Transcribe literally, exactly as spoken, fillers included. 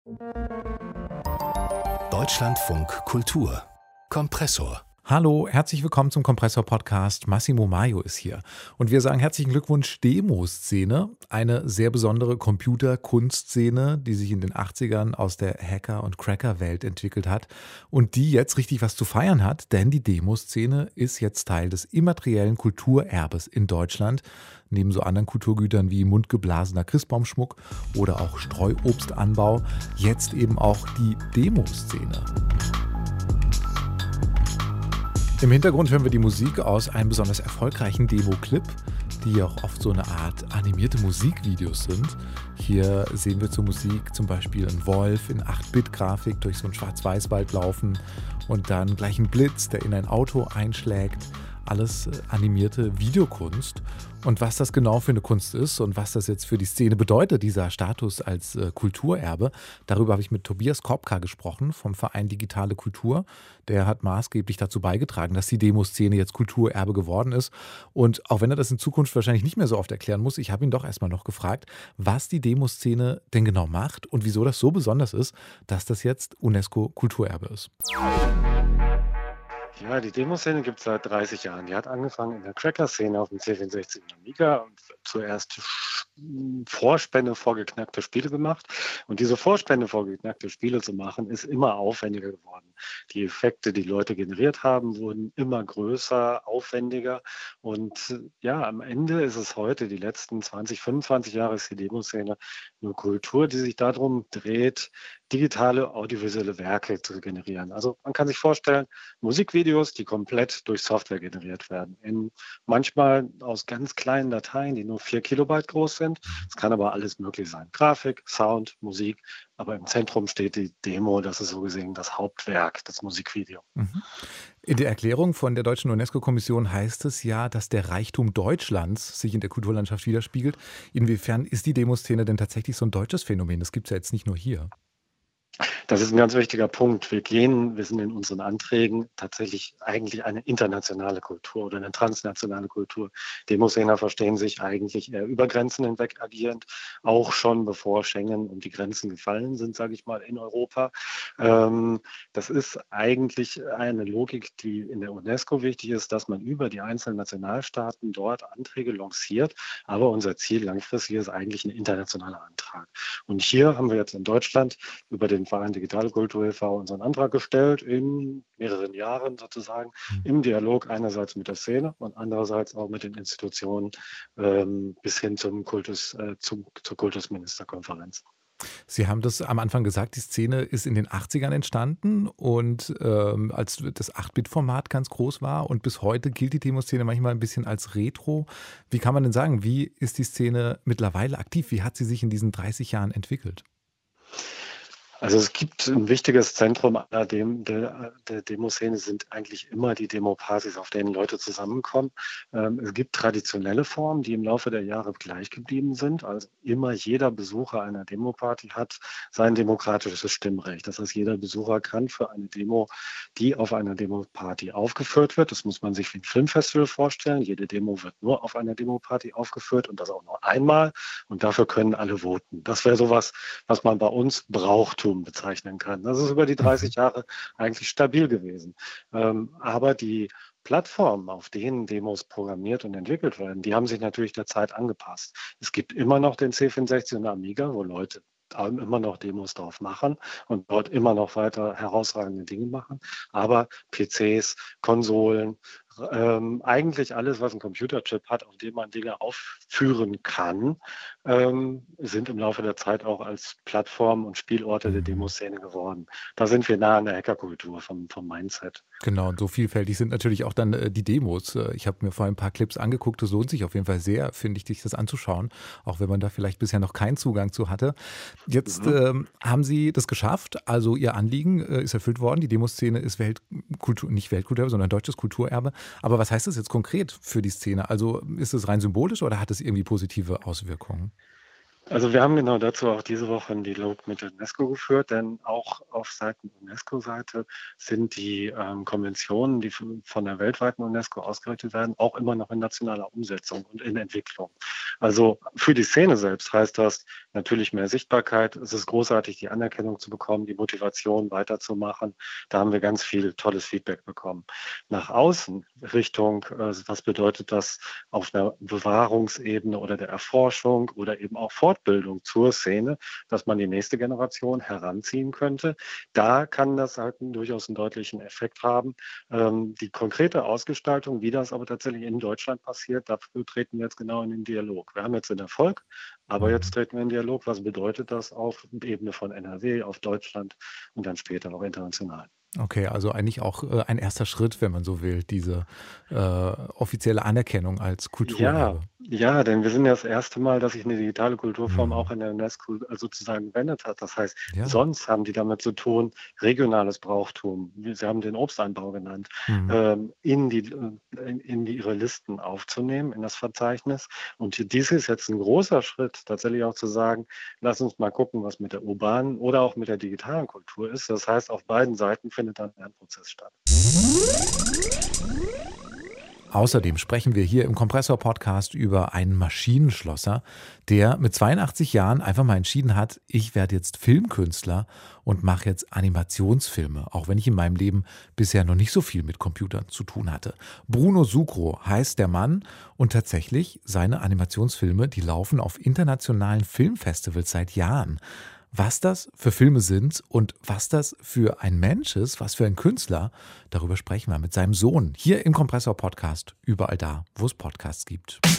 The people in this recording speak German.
Deutschlandfunk Kultur Kompressor. Hallo, herzlich willkommen zum Kompressor-Podcast. Massimo Maio ist hier. Und wir sagen herzlichen Glückwunsch Demoszene, eine sehr besondere Computer-Kunstszene, die sich in den achtzigern aus der Hacker- und Cracker-Welt entwickelt hat und die jetzt richtig was zu feiern hat, denn die Demoszene ist jetzt Teil des immateriellen Kulturerbes in Deutschland, neben so anderen Kulturgütern wie mundgeblasener Christbaumschmuck oder auch Streuobstanbau, jetzt eben auch die Demoszene. Im Hintergrund hören wir die Musik aus einem besonders erfolgreichen Demo-Clip, die auch oft so eine Art animierte Musikvideos sind. Hier sehen wir zur Musik zum Beispiel einen Wolf in acht Bit Grafik durch so einen Schwarz-Weiß-Wald laufen und dann gleich einen Blitz, der in ein Auto einschlägt. Alles animierte Videokunst. Und was das genau für eine Kunst ist und was das jetzt für die Szene bedeutet, dieser Status als äh, Kulturerbe, darüber habe ich mit Tobias Kopka gesprochen vom Verein Digitale Kultur. Der hat maßgeblich dazu beigetragen, dass die Demoszene jetzt Kulturerbe geworden ist. Und auch wenn er das in Zukunft wahrscheinlich nicht mehr so oft erklären muss, ich habe ihn doch erstmal noch gefragt, was die Demoszene denn genau macht und wieso das so besonders ist, dass das jetzt UNESCO-Kulturerbe ist. Ja, die Demoszene gibt es seit dreißig Jahren. Die hat angefangen in der Cracker-Szene auf dem C vierundsechzig und Amiga und zuerst Vorspänne vorgeknackte Spiele gemacht. Und diese Vorspänne vorgeknackte Spiele zu machen, ist immer aufwendiger geworden. Die Effekte, die Leute generiert haben, wurden immer größer, aufwendiger. Und ja, am Ende ist es heute, die letzten zwanzig, fünfundzwanzig Jahre ist die Demoszene eine Kultur, die sich darum dreht, digitale audiovisuelle Werke zu generieren. Also man kann sich vorstellen, Musikvideos, die komplett durch Software generiert werden. In, manchmal aus ganz kleinen Dateien, die nur vier Kilobyte groß sind. Es kann aber alles möglich sein. Grafik, Sound, Musik. Aber im Zentrum steht die Demo, das ist so gesehen das Hauptwerk, das Musikvideo. Mhm. In der Erklärung von der Deutschen UNESCO-Kommission heißt es ja, dass der Reichtum Deutschlands sich in der Kulturlandschaft widerspiegelt. Inwiefern ist die Demoszene denn tatsächlich so ein deutsches Phänomen? Das gibt es ja jetzt nicht nur hier. Das ist ein ganz wichtiger Punkt. Wir gehen, wir sind in unseren Anträgen tatsächlich eigentlich eine internationale Kultur oder eine transnationale Kultur. Demoszener verstehen sich eigentlich eher über Grenzen hinweg agierend, auch schon bevor Schengen und die Grenzen gefallen sind, sage ich mal, in Europa. Ähm, das ist eigentlich eine Logik, die in der UNESCO wichtig ist, dass man über die einzelnen Nationalstaaten dort Anträge lanciert. Aber unser Ziel langfristig ist eigentlich ein internationaler Antrag. Und hier haben wir jetzt in Deutschland über den Verein Digitale Kultur e V unseren Antrag gestellt, in mehreren Jahren sozusagen, im Dialog einerseits mit der Szene und andererseits auch mit den Institutionen ähm, bis hin zum Kultus, äh, zum, zur Kultusministerkonferenz. Sie haben das am Anfang gesagt, die Szene ist in den achtzigern entstanden und ähm, als das acht Bit Format ganz groß war und bis heute gilt die Demoszene manchmal ein bisschen als Retro. Wie kann man denn sagen, wie ist die Szene mittlerweile aktiv? Wie hat sie sich in diesen dreißig Jahren entwickelt? Also es gibt ein wichtiges Zentrum aller Dem, der, der Demoszene sind eigentlich immer die Demopartys, auf denen Leute zusammenkommen. Ähm, es gibt traditionelle Formen, die im Laufe der Jahre gleich geblieben sind. Also immer jeder Besucher einer Demoparty hat sein demokratisches Stimmrecht. Das heißt, jeder Besucher kann für eine Demo, die auf einer Demoparty aufgeführt wird, das muss man sich wie ein Filmfestival vorstellen. Jede Demo wird nur auf einer Demoparty aufgeführt und das auch nur einmal. Und dafür können alle voten. Das wäre sowas, was man bei uns Brauchtum bezeichnen kann. Das ist über die dreißig Jahre eigentlich stabil gewesen. Ähm, aber die Plattformen, auf denen Demos programmiert und entwickelt werden, die haben sich natürlich der Zeit angepasst. Es gibt immer noch den C vierundsechzig und Amiga, wo Leute immer noch Demos drauf machen und dort immer noch weiter herausragende Dinge machen. Aber P Cs, Konsolen, ähm, eigentlich alles, was ein Computerchip hat, auf dem man Dinge aufführen kann, ähm, sind im Laufe der Zeit auch als Plattformen und Spielorte der Demoszene geworden. Da sind wir nah an der Hackerkultur vom, vom Mindset. Genau, und so vielfältig sind natürlich auch dann äh, die Demos. Äh, ich habe mir vorhin ein paar Clips angeguckt, es lohnt sich auf jeden Fall sehr, finde ich, sich das anzuschauen, auch wenn man da vielleicht bisher noch keinen Zugang zu hatte. Jetzt mhm. ähm, haben Sie das geschafft, also Ihr Anliegen äh, ist erfüllt worden, die Demoszene ist Weltkultur, nicht Weltkulturerbe, sondern deutsches Kulturerbe. Aber was heißt das jetzt konkret für die Szene? Also ist es rein symbolisch oder hat es irgendwie positive Auswirkungen? Also wir haben genau dazu auch diese Woche einen Dialog mit der UNESCO geführt, denn auch auf Seiten UNESCO-Seite sind die ähm, Konventionen, die von der weltweiten UNESCO ausgerichtet werden, auch immer noch in nationaler Umsetzung und in Entwicklung. Also für die Szene selbst heißt das natürlich mehr Sichtbarkeit. Es ist großartig, die Anerkennung zu bekommen, die Motivation weiterzumachen. Da haben wir ganz viel tolles Feedback bekommen. Nach außen Richtung, äh, was bedeutet das auf einer Bewahrungsebene oder der Erforschung oder eben auch Fortbildung zur Szene, dass man die nächste Generation heranziehen könnte. Da kann das halt durchaus einen deutlichen Effekt haben. Ähm, die konkrete Ausgestaltung, wie das aber tatsächlich in Deutschland passiert, dafür treten wir jetzt genau in den Dialog. Wir haben jetzt den Erfolg, aber jetzt treten wir in den Dialog. Was bedeutet das auf Ebene von N R W, auf Deutschland und dann später auch international? Okay, also eigentlich auch äh, ein erster Schritt, wenn man so will, diese äh, offizielle Anerkennung als Ja, Kulturerbe. ja, denn wir sind ja das erste Mal, dass sich eine digitale Kulturform auch Mhm. in der UNESCO sozusagen gewendet hat. Das heißt, Ja. sonst haben die damit zu tun, regionales Brauchtum, wie- Sie haben den Obstanbau genannt, Mhm. ähm, in die, äh, in, in die ihre Listen aufzunehmen, in das Verzeichnis. Und hier- dies ist jetzt ein großer Schritt, tatsächlich auch zu sagen, lass uns mal gucken, was mit der urbanen oder auch mit der digitalen Kultur ist. Das heißt, auf beiden Seiten findet dann ein Prozess statt. Außerdem sprechen wir hier im Kompressor-Podcast über einen Maschinenschlosser, der mit zweiundachtzig Jahren einfach mal entschieden hat, ich werde jetzt Filmkünstler und mache jetzt Animationsfilme, auch wenn ich in meinem Leben bisher noch nicht so viel mit Computern zu tun hatte. Bruno Sucro heißt der Mann und tatsächlich seine Animationsfilme, die laufen auf internationalen Filmfestivals seit Jahren. Was das für Filme sind und was das für ein Mensch ist, was für ein Künstler, darüber sprechen wir mit seinem Sohn hier im Kompressor-Podcast, überall da, wo es Podcasts gibt.